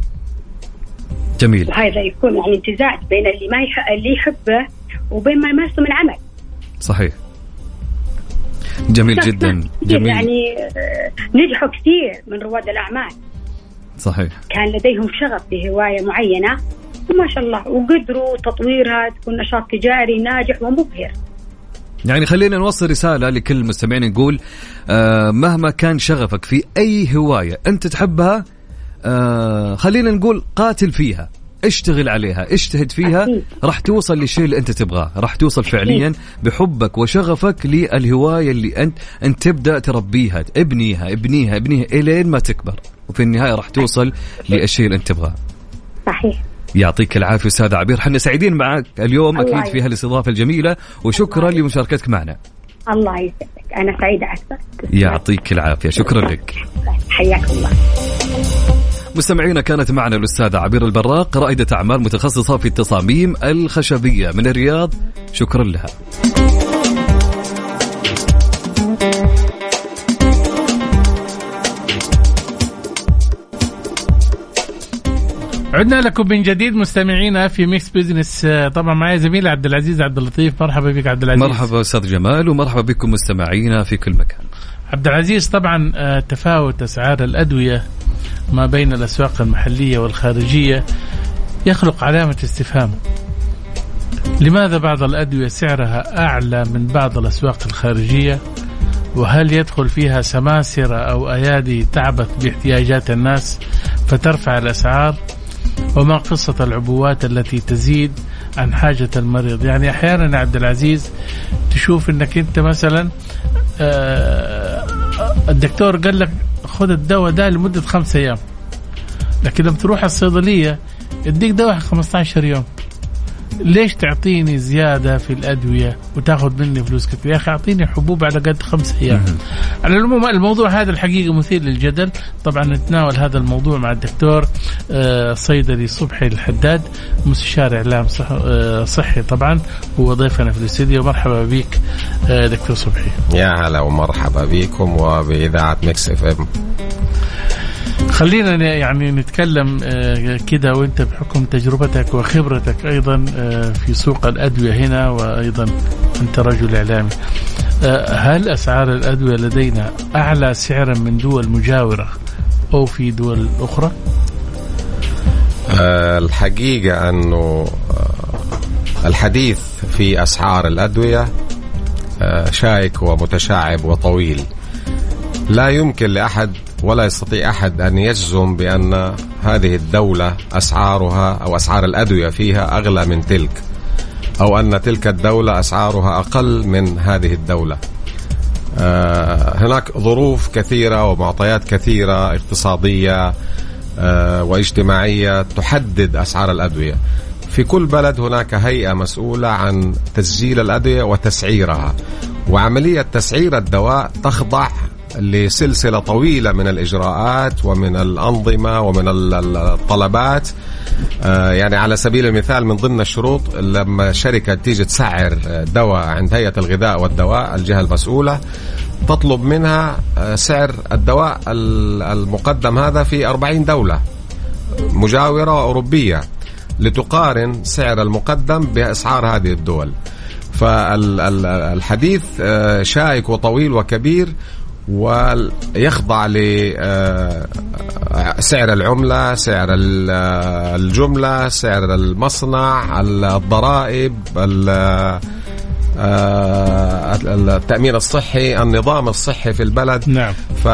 جميل. وهذا يكون يعني امتزاج بين اللي يحبه وبين ما يمارسه من عمل. صحيح. جميل جدا. جميل. يعني نجحوا كثير من رواد الأعمال. صحيح. كان لديهم شغف بهواية معينة وما شاء الله وقدروا تطويرها تكون نشاط تجاري ناجح ومبهر. يعني خلينا نوصل رسالة لكل المستمعين نقول مهما كان شغفك في أي هواية أنت تحبها خلينا نقول قاتل فيها، اشتغل عليها، اجتهد فيها، راح توصل للشيء اللي أنت تبغاه، راح توصل فعليا بحبك وشغفك للهواية اللي أنت تبدأ تربيها، ابنيها إلين ما تكبر، وفي النهاية راح توصل للشيء اللي أنت تبغاه. صحيح. يعطيك العافية أستاذ عبير، حنا سعيدين معك اليوم أكيد في هالاستضافة الجميلة، وشكرا لمشاركتك معنا. الله يسعدك، أنا سعيدة أكثر. يعطيك العافية، شكرا لك. حياك الله. مستمعينا كانت معنا الأستاذة عبير البراق رائدة أعمال متخصصة في التصاميم الخشبية من الرياض، شكرا لها. عدنا لكم من جديد مستمعينا في ميكس بيزنس. طبعا معي زميل عبد العزيز عبد اللطيف. مرحبا بك عبد العزيز. مرحبا أستاذ جمال، ومرحبا بكم مستمعينا في كل مكان. عبد العزيز، طبعا تفاوت أسعار الأدوية ما بين الأسواق المحلية والخارجية يخلق علامة استفهام. لماذا بعض الأدوية سعرها أعلى من بعض الأسواق الخارجية؟ وهل يدخل فيها سماسرة أو أيادي تعبث باحتياجات الناس فترفع الأسعار؟ وما قصة العبوات التي تزيد عن حاجة المريض؟ يعني أحيانا يا عبد العزيز تشوف أنك أنت مثلا الدكتور قال لك خذ الدواء ده لمدة 5 أيام، لكن لما تروح الصيدلية يديك دواء 15 يوم. ليش تعطيني زيادة في الأدوية وتاخذ مني فلوس كثير؟ يا أخي أعطيني حبوب على قد 5 أيام. على العموم الموضوع هذا الحقيقة مثير للجدل. طبعا نتناول هذا الموضوع مع الدكتور صيدلي صبحي الحداد، مستشار إعلام صحي طبعا، هو ضيفنا في الاستديو. مرحبا بك دكتور صبحي. يا هلا ومرحبا بكم وبإذاعة ميكس اف ام. خلينا يعني نتكلم كده، وانت بحكم تجربتك وخبرتك ايضا في سوق الادويه هنا، وايضا انت رجل اعلامي، هل اسعار الادويه لدينا اعلى سعرا من دول مجاوره او في دول اخرى؟ الحقيقه انه الحديث في اسعار الادويه شائك ومتشعب وطويل. لا يمكن لأحد ولا يستطيع أحد أن يجزم بأن هذه الدولة أسعارها أو أسعار الأدوية فيها أغلى من تلك، أو أن تلك الدولة أسعارها أقل من هذه الدولة. هناك ظروف كثيرة ومعطيات كثيرة اقتصادية واجتماعية تحدد أسعار الأدوية. في كل بلد هناك هيئة مسؤولة عن تسجيل الأدوية وتسعيرها، وعملية تسعير الدواء تخضع لسلسلة طويلة من الإجراءات ومن الأنظمة ومن الطلبات. يعني على سبيل المثال من ضمن الشروط لما شركة تيجي تسعر دواء عند هيئة الغذاء والدواء الجهة المسؤولة تطلب منها سعر الدواء المقدم هذا في 40 دولة مجاورة وأوروبية لتقارن سعر المقدم بأسعار هذه الدول. فالحديث شائك وطويل وكبير ويخضع لسعر العملة، سعر الجملة، سعر المصنع، الضرائب، التأمين الصحي، النظام الصحي في البلد. نعم.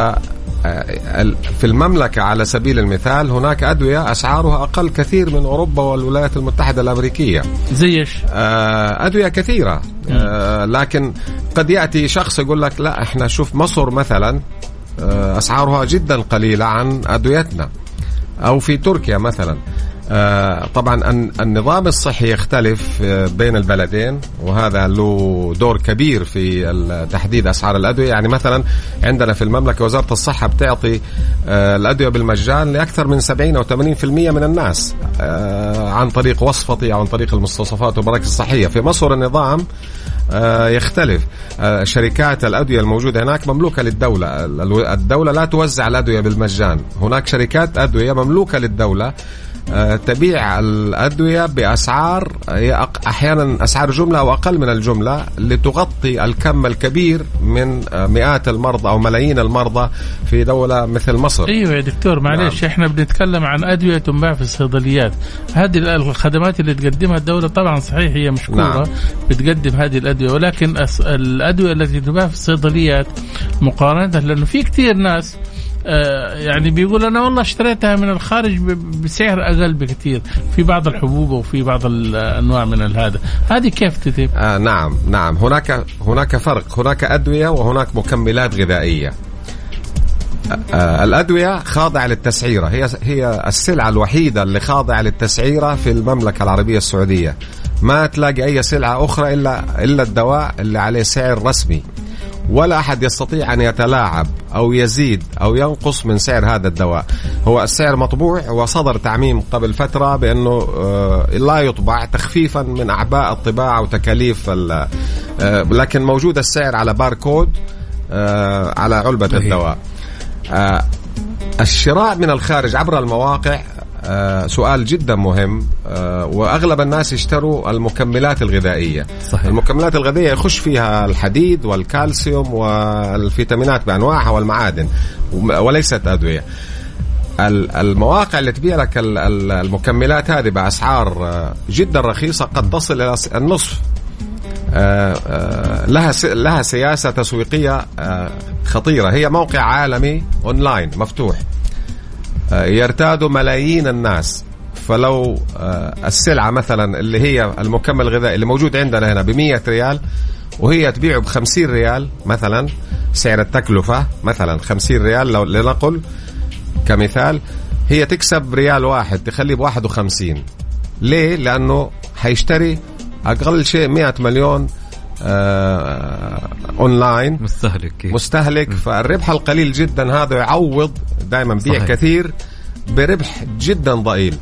في المملكة على سبيل المثال هناك أدوية أسعارها أقل كثير من أوروبا والولايات المتحدة الأمريكية. زي إيش؟ أدوية كثيرة. لكن قد يأتي شخص يقول لك لا إحنا شوف مصر مثلا أسعارها جدا قليلة عن أدويتنا، أو في تركيا مثلا. طبعا النظام الصحي يختلف بين البلدين، وهذا له دور كبير في تحديد أسعار الأدوية. يعني مثلا عندنا في المملكة وزارة الصحة بتعطي الأدوية بالمجان لأكثر من 70 أو 80% من الناس عن طريق وصفتي أو عن طريق المستوصفات والمراكز الصحية. في مصر النظام يختلف. شركات الأدوية الموجودة هناك مملوكة للدولة. الدولة لا توزع الأدوية بالمجان. هناك شركات أدوية مملوكة للدولة تبيع الأدوية بأسعار أحيانا أسعار جملة أو أقل من الجملة لتغطي الكم الكبير من مئات المرضى أو ملايين المرضى في دولة مثل مصر. أيوة يا دكتور معلش. نعم. إحنا بنتكلم عن أدوية تنباع في الصيدليات. هذه الخدمات اللي تقدمها الدولة طبعا صحيح هي مشكورة. نعم. بتقدم هذه الأدوية، ولكن الأدوية التي تنباع في الصيدليات مقارنة، لأنه في كتير ناس يعني بيقول أنا والله اشتريتها من الخارج بسعر أقل بكتير في بعض الحبوب وفي بعض الأنواع من هذا. هذه كيف تتم؟ نعم هناك فرق. هناك أدوية وهناك مكملات غذائية. الأدوية خاضعة للتسعيرة، هي السلعة الوحيدة اللي خاضعة للتسعيرة في المملكة العربية السعودية. ما تلاقي أي سلعة أخرى إلا الدواء اللي عليه سعر رسمي، ولا أحد يستطيع أن يتلاعب أو يزيد أو ينقص من سعر هذا الدواء. هو السعر مطبوع، وصدر تعميم قبل فترة بأنه لا يطبع تخفيفا من أعباء الطباعة وتكاليف، لكن موجود السعر على باركود على علبة الدواء. الشراء من الخارج عبر المواقع سؤال جدا مهم، وأغلب الناس يشتروا المكملات الغذائية. صحيح. المكملات الغذائية يخش فيها الحديد والكالسيوم والفيتامينات بأنواعها والمعادن، وليست أدوية. المواقع اللي تبيع لك المكملات هذه بأسعار جدا رخيصة قد تصل إلى النصف. لها سياسة تسويقية خطيرة. هي موقع عالمي أونلاين مفتوح يرتاد ملايين الناس. فلو السلعة مثلا اللي هي المكمل الغذائي اللي موجود عندنا هنا ب100 ريال وهي تبيعه ب50 ريال مثلا، سعر التكلفة مثلا 50 ريال لو لنقل كمثال، هي تكسب ريال واحد تخليه ب51. ليه؟ لأنه حيشتري أقل شيء 100 مليون أونلاين مستهلك. فالربح القليل جدا هذا يعوض دائما بيع كثير بربح جدا ضئيل.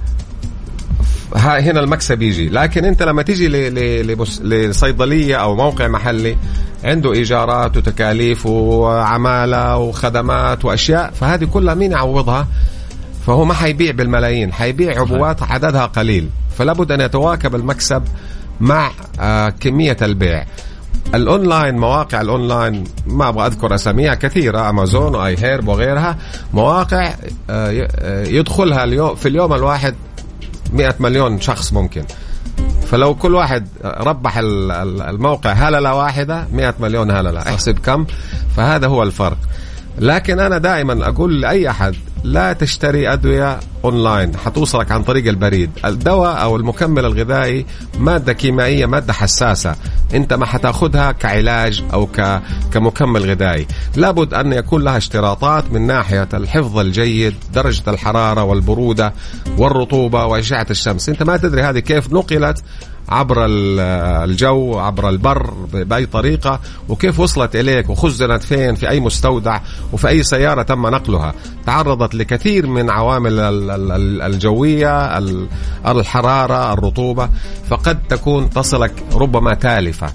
هنا المكسب يجي. لكن انت لما تيجي لصيدلية او موقع محلي عنده ايجارات وتكاليف وعمالة وخدمات واشياء، فهذه كلها مين يعوضها؟ فهو ما حيبيع بالملايين، حيبيع عبوات عددها قليل. فلابد ان يتواكب المكسب مع كمية البيع. الأونلاين، مواقع الأونلاين ما أبغى أذكر أساميها كثيرة، أمازون وآي هيرب وغيرها، مواقع يدخلها في اليوم الواحد 100 مليون شخص ممكن. فلو كل واحد ربح الموقع هللة واحدة 100 مليون هللة، احسب كم. فهذا هو الفرق. لكن أنا دائما أقول لأي أحد لا تشتري أدوية أونلاين، حتوصلك عن طريق البريد. الدواء أو المكمل الغذائي مادة كيميائية، مادة حساسة، أنت ما حتاخدها كعلاج أو كمكمل غذائي. لابد أن يكون لها اشتراطات من ناحية الحفظ الجيد، درجة الحرارة والبرودة والرطوبة وأشعة الشمس. أنت ما تدري هذه كيف نقلت عبر الجو، عبر البر، بأي طريقة، وكيف وصلت إليك وخزنت فين، في أي مستودع وفي أي سيارة تم نقلها. تعرضت لكثير من عوامل الجوية، الحرارة، الرطوبة، فقد تكون تصلك ربما تالفة.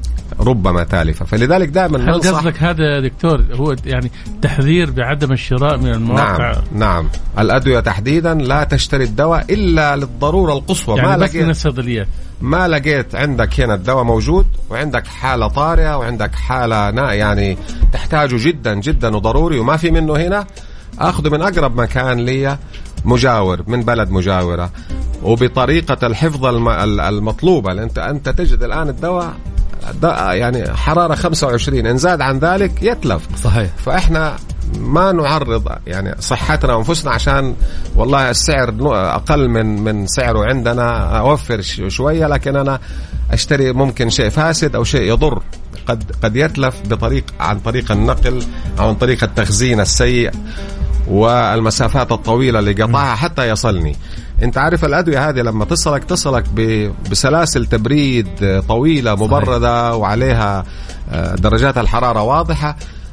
فلذلك دائما ننصح. قصدك هذا يا دكتور هو يعني تحذير بعدم الشراء من المواقع؟ نعم. الأدوية تحديدا لا تشتري الدواء إلا للضرورة القصوى. يعني ما بس من الصيدليات. ما لقيت عندك هنا الدواء موجود وعندك حالة طارئة وعندك حالة يعني تحتاجه جدا جدا وضروري وما في منه هنا، أخذه من أقرب مكان لي مجاور من بلد مجاورة وبطريقة الحفظ المطلوبة. لأن أنت تجد الآن الدواء يعني حرارة 25، إن زاد عن ذلك يتلف. صحيح. فإحنا ما نعرض يعني صحتنا وانفسنا عشان والله السعر أقل من سعره عندنا، أوفر شوية لكن أنا أشتري ممكن شيء فاسد أو شيء يضر، قد يتلف عن طريق النقل أو عن طريق التخزين السيء والمسافات الطويلة اللي قطعها حتى يصلني. انت عارف الأدوية هذه لما تصلك بسلاسل تبريد طويلة مبردة وعليها درجات الحرارة واضحة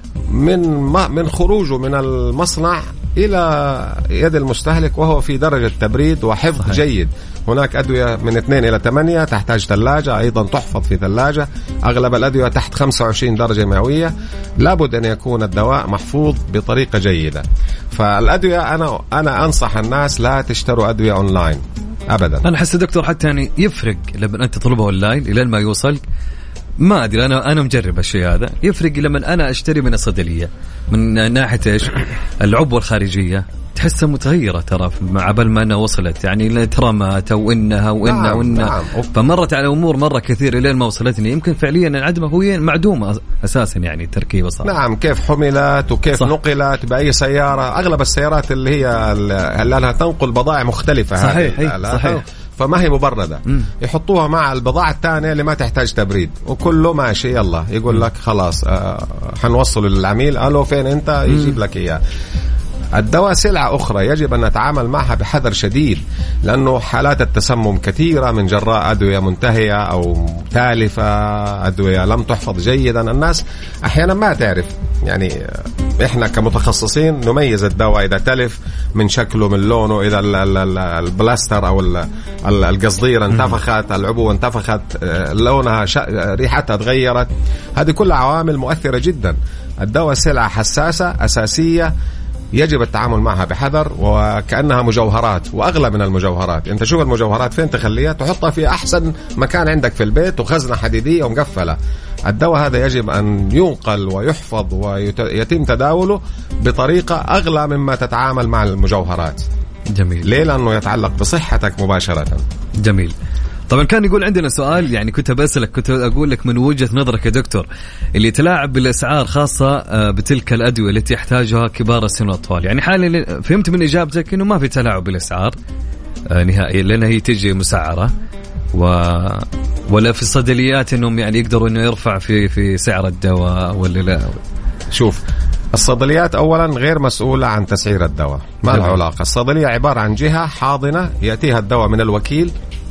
من خروجه من المصنع إلى يد المستهلك وهو في درجة تبريد وحفظ جيد. هناك أدوية من 2 إلى 8 تحتاج ثلاجة أيضا تحفظ في ثلاجة. أغلب الأدوية تحت 25 درجة مئوية. لابد أن يكون الدواء محفوظ بطريقة جيدة. فالأدوية أنا أنصح الناس لا تشتروا أدوية أونلاين أبدا. أنا حس دكتور حتى يعني يفرق لما أنت تطلبه أونلاين إلى ما يوصل. ما أدري أنا مجرب الشيء هذا. يفرق لما أنا أشتري من الصيدلية من ناحية إيش العبوة الخارجية تحسها متغيرة ترى مع بل ما أنا وصلت يعني ترمت وإنها نعم. فمرت على أمور مرة كثير إلى ما وصلتني يمكن فعليا العدمة هي معدومة أساسا يعني تركيبة صار. نعم كيف حملت وكيف صح. نقلت بأي سيارة. أغلب السيارات اللي هي لها تنقل بضائع مختلفة. صحيح. فما هي مبردة. يحطوها مع البضاعة الثانية اللي ما تحتاج تبريد وكله ماشي يلا يقول لك خلاص حنوصله للعميل ألو فين أنت يجيب لك إياه. الدواء سلعة أخرى يجب أن نتعامل معها بحذر شديد لأنه حالات التسمم كثيرة من جراء أدوية منتهية أو تالفة، أدوية لم تحفظ جيدا. الناس أحيانا ما تعرف يعني إحنا كمتخصصين نميز الدواء إذا تلف من شكله من لونه، إذا البلاستر أو القصدير انتفخت، العبوة انتفخت، لونها ريحتها تغيرت. هذه كلها عوامل مؤثرة جدا. الدواء سلعة حساسة أساسية يجب التعامل معها بحذر وكأنها مجوهرات وأغلى من المجوهرات. أنت شوف المجوهرات فين تخليها تحطها في أحسن مكان عندك في البيت وخزنة حديدية ومقفلة. الدواء هذا يجب أن ينقل ويحفظ ويتم تداوله بطريقة أغلى مما تتعامل مع المجوهرات. جميل. ليه؟ لأنه يتعلق بصحتك مباشرة. جميل. طبعا كان يقول عندنا سؤال يعني كنت بسألك كنت أقول لك من وجهة نظرك يا دكتور اللي يتلاعب بالأسعار خاصة بتلك الأدوية التي يحتاجها كبار السن والأطفال. يعني حاليا فهمت من إجابتك إنه ما في تلاعب بالأسعار نهائيا لأن هي تجي مسعرة ولا في الصيدليات إنهم يعني يقدروا إنه يرفع في سعر الدواء ولا لا. شوف الصيدليات أولا غير مسؤولة عن تسعير الدواء، ما له علاقة. الصيدلية عبارة عن جهة حاضنة يأتيها الدواء من الوكيل.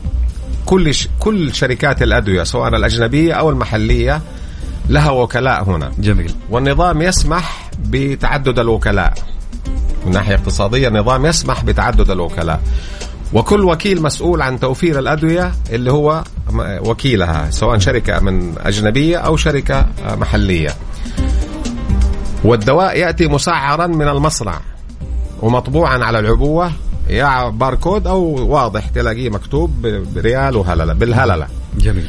كل شركات الأدوية سواء الأجنبية أو المحلية لها وكلاء هنا. جميل. والنظام يسمح بتعدد الوكلاء من ناحية اقتصادية. النظام يسمح بتعدد الوكلاء وكل وكيل مسؤول عن توفير الأدوية اللي هو وكيلها سواء شركة من أجنبية أو شركة محلية. والدواء يأتي مسعرا من المصنع ومطبوعا على العبوة يا باركود أو واضح تلاقيه مكتوب بريال وهللة بالهللة. جميل.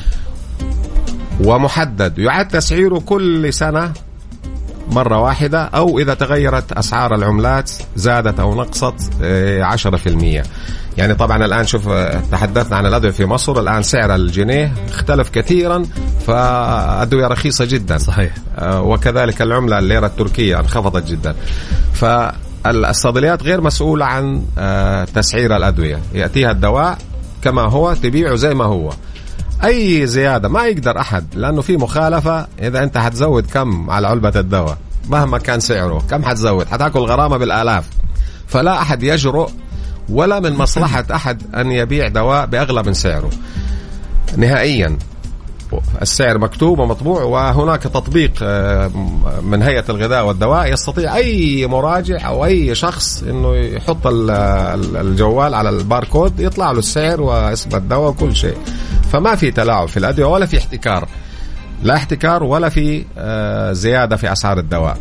ومحدد يعاد تسعيره كل سنة مرة واحدة أو إذا تغيرت أسعار العملات زادت أو نقصت 10%. يعني طبعا الآن شوف تحدثنا عن الأدوية في مصر الآن سعر الجنيه اختلف كثيرا فأدوية رخيصة جدا. صحيح. وكذلك العملة الليرة التركية انخفضت جدا. فالصيدليات غير مسؤولة عن تسعير الأدوية. يأتيها الدواء كما هو تبيعه زي ما هو. أي زيادة ما يقدر أحد لأنه في مخالفة. إذا أنت حتزود كم على علبة الدواء مهما كان سعره كم حتزود حتاكل غرامة بالآلاف. فلا أحد يجرؤ ولا من مصلحة أحد أن يبيع دواء بأغلى من سعره. نهائيا. السعر مكتوب ومطبوع، وهناك تطبيق من هيئة الغذاء والدواء يستطيع أي مراجع أو أي شخص إنه يحط الجوال على الباركود يطلع له السعر واسم الدواء وكل شيء. فما في تلاعب في الأدوية ولا في احتكار، لا احتكار ولا في زيادة في أسعار الدواء.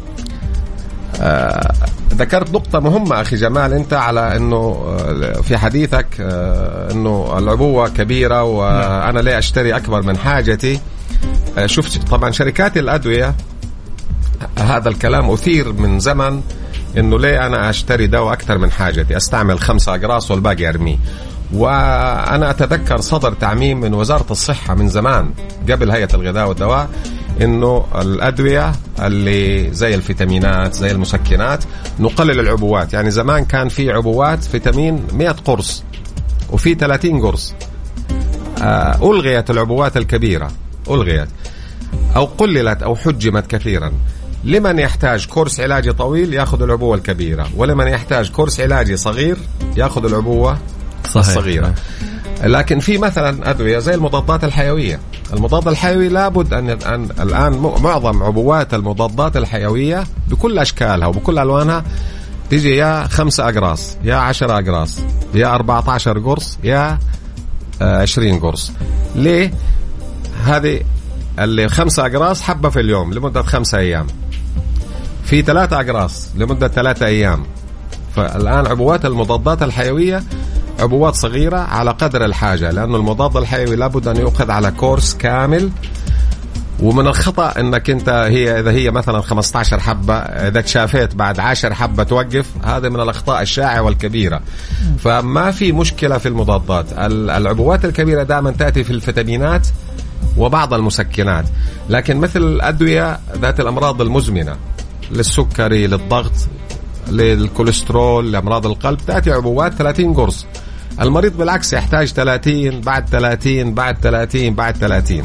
ذكرت نقطة مهمة أخي جمال أنت على أنه في حديثك أنه العبوة كبيرة وأنا ليه أشتري أكبر من حاجتي. شفت طبعا شركات الأدوية هذا الكلام أثير من زمن، أنه ليه أنا أشتري دواء أكثر من حاجتي، أستعمل 5 أقراص والباقي أرميه. وأنا أتذكر صدر تعميم من وزارة الصحة من زمان قبل هيئة الغذاء والدواء إنه الأدوية اللي زي الفيتامينات زي المسكنات نقلل العبوات. يعني زمان كان في عبوات فيتامين 100 قرص وفي 30 قرص، ألغيت العبوات الكبيرة، ألغيت أو قللت أو حجمت كثيرا. لمن يحتاج كورس علاجي طويل يأخذ العبوة الكبيرة، ولمن يحتاج كورس علاجي صغير يأخذ العبوة الصغيرة. لكن في مثلا أدوية زي المضادات الحيوية، المضاد الحيوي لابد أن الآن معظم عبوات المضادات الحيوية بكل أشكالها وبكل ألوانها تيجي يا 5 أقراص يا 10 أقراص يا 14 قرص يا 20 قرص. ليه؟ هذه اللي 5 أقراص حبة في اليوم لمدة 5 أيام، في 3 أقراص لمدة 3 أيام. فالآن عبوات المضادات الحيوية عبوات صغيرة على قدر الحاجة، لأنه المضاد الحيوي لابد أن يؤخذ على كورس كامل. ومن الخطأ أنك أنت إذا هي مثلا 15 حبة إذا تشافيت بعد 10 حبة توقف، هذا من الأخطاء الشائعة والكبيرة. فما في مشكلة في المضادات. العبوات الكبيرة دائما تأتي في الفيتامينات وبعض المسكنات، لكن مثل الأدوية ذات الأمراض المزمنة للسكري للضغط للكوليسترول لأمراض القلب تأتي عبوات 30 قرص. المريض بالعكس يحتاج 30 بعد 30 بعد 30 بعد 30.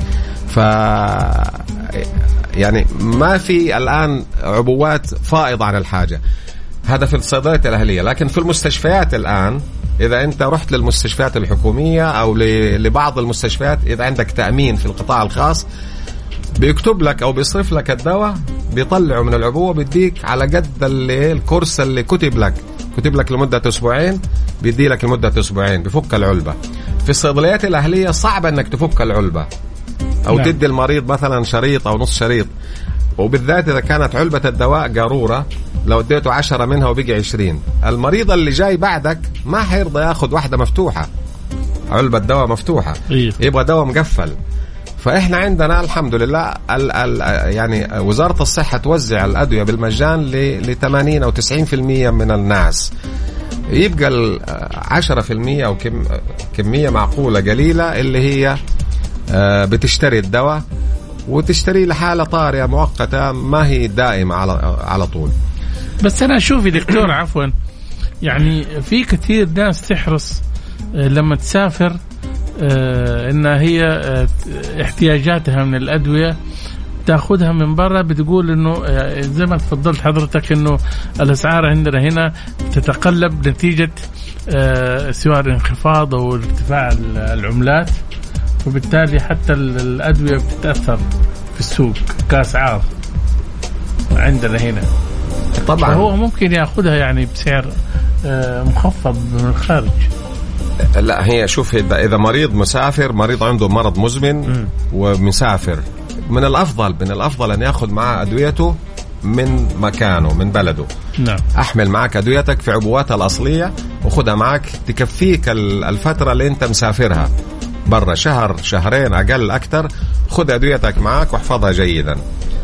يعني ما في الآن عبوات فائضة عن الحاجة. هذا في الصيدليات الأهلية. لكن في المستشفيات الآن إذا أنت رحت للمستشفيات الحكومية أو لبعض المستشفيات، إذا عندك تأمين في القطاع الخاص بيكتب لك أو بيصرف لك الدواء، بيطلعه من العبوة بيديك على قد الكورس اللي كتب لك لمدة 2 أسبوعين، بيدي لك لمدة 2 أسبوعين بفك العلبة. في الصيدليات الأهلية صعب أنك تفك العلبة أو نعم. تدي المريض مثلا شريط أو نص شريط، وبالذات إذا كانت علبة الدواء قارورة لو اديته 10 منها وبقي 20، المريض اللي جاي بعدك ما حيرضى ياخد واحدة مفتوحة، علبة دواء مفتوحة، يبغى دواء مقفل. فإحنا عندنا الحمد لله يعني وزارة الصحة توزع الأدوية بالمجان ل 80 أو 90% من الناس. يبقى 10% أو كمية معقولة قليلة اللي هي بتشتري الدواء وتشتري لحالة طارئة مؤقتة، ما هي دائمة على طول. بس أنا أشوف دكتور عفوا، يعني في كثير ناس تحرص لما تسافر إن هي احتياجاتها من الأدوية تأخذها من برا. بتقول إنه زي ما تفضلت حضرتك إنه الأسعار عندنا هنا تتقلب نتيجة سواء الانخفاض أو ارتفاع العملات، وبالتالي حتى الأدوية بتتأثر في السوق كأسعار عندنا هنا. طبعا هو ممكن يأخذها يعني بسعر مخفض من الخارج. لا هي شوف، إذا مريض مسافر، مريض عنده مرض مزمن ومسافر، من الأفضل أن يأخذ معه أدويته من مكانه من بلده. نعم. أحمل معك أدويتك في عبواتها الأصلية وخدها معك تكفيك الفترة اللي أنت مسافرها برا، شهر شهرين أقل أكتر. خذ أدويتك معك واحفظها جيدا.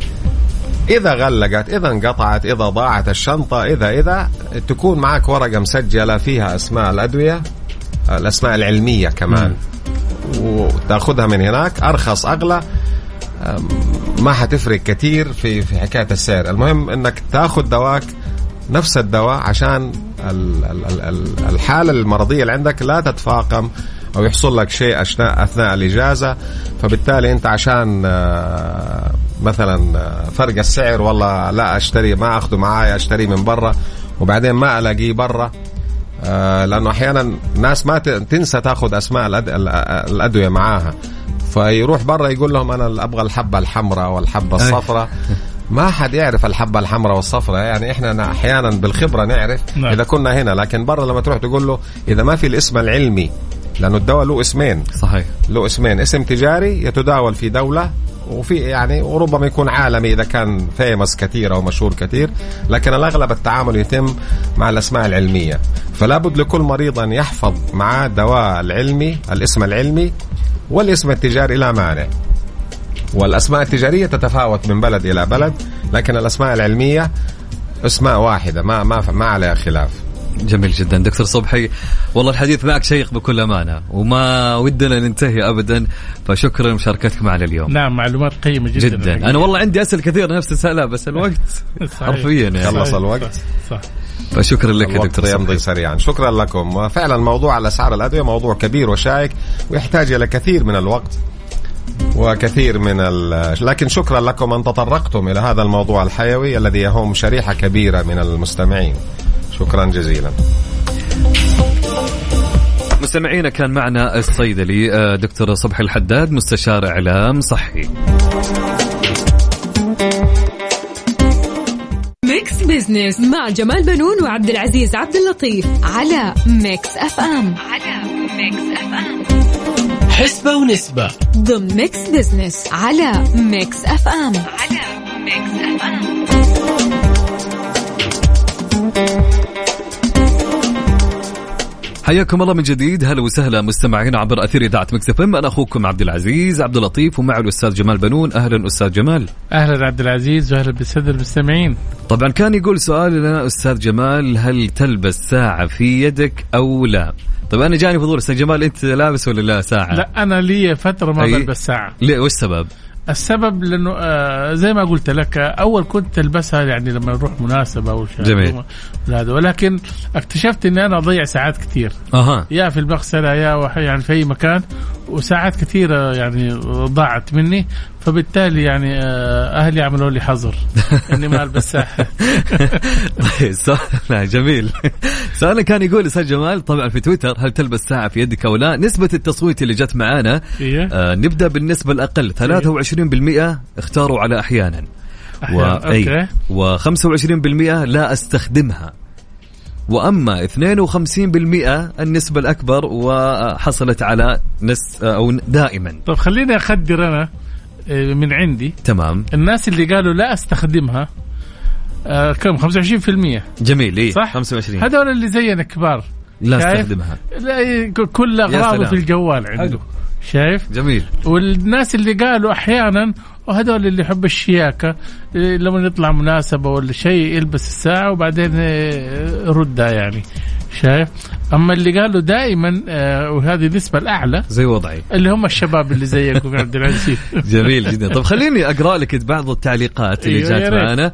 إذا غلقت، إذا انقطعت، إذا ضاعت الشنطة، إذا تكون معك ورقة مسجلة فيها أسماء الأدوية، الأسماء العلمية كمان، وتأخذها من هناك أرخص أغلى، ما حتفرق كتير في حكاية السعر. المهم أنك تأخذ دواك نفس الدواء عشان الحالة المرضية اللي عندك لا تتفاقم أو يحصل لك شيء أثناء الإجازة. فبالتالي أنت عشان مثلا فرق السعر، والله لا أشتري، ما أخذه معايا، أشتري من برا وبعدين ما ألاقيه برا، لأنه أحيانا ناس ما تنسى تأخذ أسماء الأدوية معاها، فيروح برا يقول لهم أنا أبغى الحبة الحمراء والحبة الصفراء. ما حد يعرف الحبة الحمراء والصفراء، يعني إحنا أحيانا بالخبرة نعرف إذا كنا هنا، لكن برا لما تروح تقول له إذا ما في الاسم العلمي، لأنه الدواء له اسمين. صحيح، له اسمين، اسم تجاري يتداول في دولة، وفي يعني وربما يكون عالمي إذا كان فيمس كثير أو مشهور كثير، لكن الأغلب التعامل يتم مع الأسماء العلمية. فلا بد لكل مريض أن يحفظ مع الدواء العلمي الاسم العلمي والاسم التجاري لا مانع. والأسماء التجارية تتفاوت من بلد إلى بلد، لكن الأسماء العلمية اسماء واحدة ما عليها خلاف. جميل جدا دكتور صبحي، والله الحديث معك شيق بكل أمانة وما ودنا ننتهي أبدا، فشكرا لمشاركتك معنا اليوم. نعم، معلومات قيمة جدا. أنا والله عندي أسئلة كثير نفس السؤال بس الوقت حرفيا يعني خلص الوقت. صح. فشكرا لك يا دكتور يمضي سريعا. شكرا لكم. فعلا موضوع الأسعار الأدوية موضوع كبير وشائك ويحتاج إلى كثير من الوقت وكثير من لكن شكرا لكم أن تطرقتم إلى هذا الموضوع الحيوي الذي يهم شريحة كبيرة من المستمعين. شكرا جزيلا. مستمعينا، كان معنا الصيدلي دكتور صبحي الحداد، مستشار إعلام صحي. ميكس بزنس مع جمال بنون وعبد العزيز عبد اللطيف على ميكس اف ام. حسبة ونسبة ضمن ميكس بزنس على ميكس اف ام. حياكم الله من جديد. هلا وسهلا مستمعين عبر أثير إذاعة ميكس اف ام. أنا أخوكم عبد العزيز عبد اللطيف ومع الأستاذ جمال بنون. أهلا أستاذ جمال. أهلا عبد العزيز وأهلا بالسادة المستمعين. طبعا كان يقول سؤال لنا أستاذ جمال، هل تلبس ساعة في يدك أو لا؟ طبعا أنا جاني فضول أستاذ جمال، أنت لابس ولا لا ساعة؟ لا، أنا لي فترة ما بلبس ساعة. ليه؟ وش السبب؟ السبب لأنه زي ما قلت لك، أول كنت ألبسها يعني لما نروح مناسبة أو شيء. جميل. ولكن اكتشفت إن أنا أضيع ساعات كثير. يا في المغسلة يا يعني في أي مكان، وساعات كثيرة يعني ضاعت مني، فبالتالي يعني أهلي عملوا لي حظر إني ما ألبس ساعة. طيب جميل. سؤالنا كان يقول أستاذ جمال طبعا في تويتر، هل تلبس ساعة في يدك أو لا؟ نسبة التصويت اللي جت معانا نبدأ بالنسبة الأقل. 23% اختاروا على أحيانا، و25% لا أستخدمها، وأما 52% النسبة الأكبر وحصلت على أو دائما. طب خليني أخدر أنا من عندي. تمام. الناس اللي قالوا لا أستخدمها كم؟ 25%. جميل. إيه؟ صح. 25. هذول اللي زينا كبار لا استخدمها، لا كل أغراضه في الجوال عنده. حلو. شايف؟ جميل. والناس اللي قالوا أحيانا، وهذول اللي يحب الشياكة، لما يطلع مناسبة ولا شيء يلبس الساعة وبعدين ردها يعني. شايف؟ أما اللي قالوا دائما وهذه النسبة الأعلى زي وضعي اللي هم الشباب اللي زيكم عبد العزيز. جميل جدا. طب خليني أقرأ لك بعض التعليقات اللي جات معنا.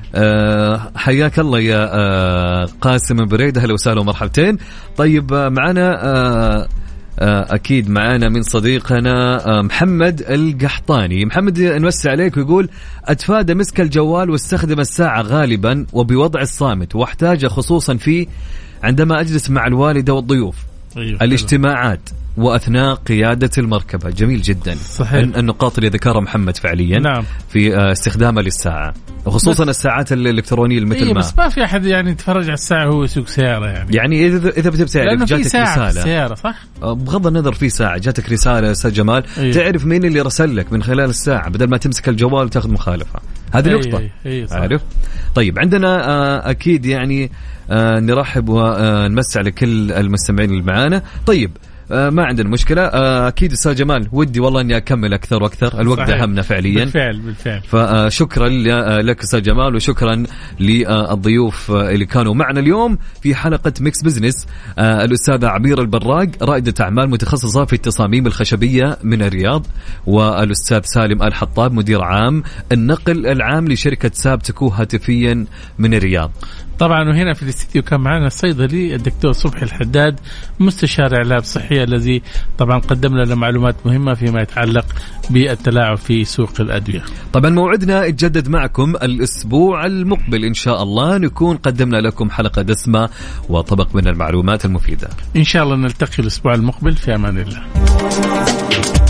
حياك الله يا قاسم بريدة، هلا وسهلا ومرحبتين. طيب معنا أكيد معنا من صديقنا محمد القحطاني. محمد نوسع عليك ويقول أتفادى مسك الجوال واستخدم الساعة غالبا وبوضع الصامت، واحتاج خصوصا في عندما أجلس مع الوالدة والضيوف. الاجتماعات وأثناء قيادة المركبة. جميل جدا. صحيح. النقاط اللي ذكرها محمد فعليا. نعم. في استخدامه للساعة وخصوصا الساعات الإلكترونية مثل ما بس ما في أحد يعني يتفرج على الساعة وهو يسوق سيارة يعني إذا بتعرف جاتك رسالة السيارة صح. بغض النظر في ساعة جاتك رسالة أستاذ جمال. تعرف مين اللي رسل لك من خلال الساعة بدل ما تمسك الجوال وتاخذ مخالفة. هذه نقطة. عارف. طيب عندنا أكيد يعني نرحب ونمسع لكل المستمعين اللي معانا. طيب ما عندنا مشكلة. أكيد أستاذ جمال ودي والله أني أكمل أكثر وأكثر. الوقت أهمنا فعليا. بالفعل. فشكرا لك أستاذ جمال، وشكرا للضيوف اللي كانوا معنا اليوم في حلقة ميكس بزنس. الأستاذة عبير البراق رائدة أعمال متخصصة في التصاميم الخشبية من الرياض، والأستاذ سالم الحطاب مدير عام النقل العام لشركة سابتكو هاتفيا من الرياض. طبعا وهنا في الاستديو كان معنا الصيدلي الدكتور صبحي الحداد مستشار إعلام صحي الذي طبعا قدم لنا معلومات مهمة فيما يتعلق بالتلاعب في سوق الأدوية. طبعا موعدنا يتجدد معكم الأسبوع المقبل إن شاء الله، نكون قدمنا لكم حلقة دسمة وطبق من المعلومات المفيدة. إن شاء الله نلتقي الأسبوع المقبل، في أمان الله.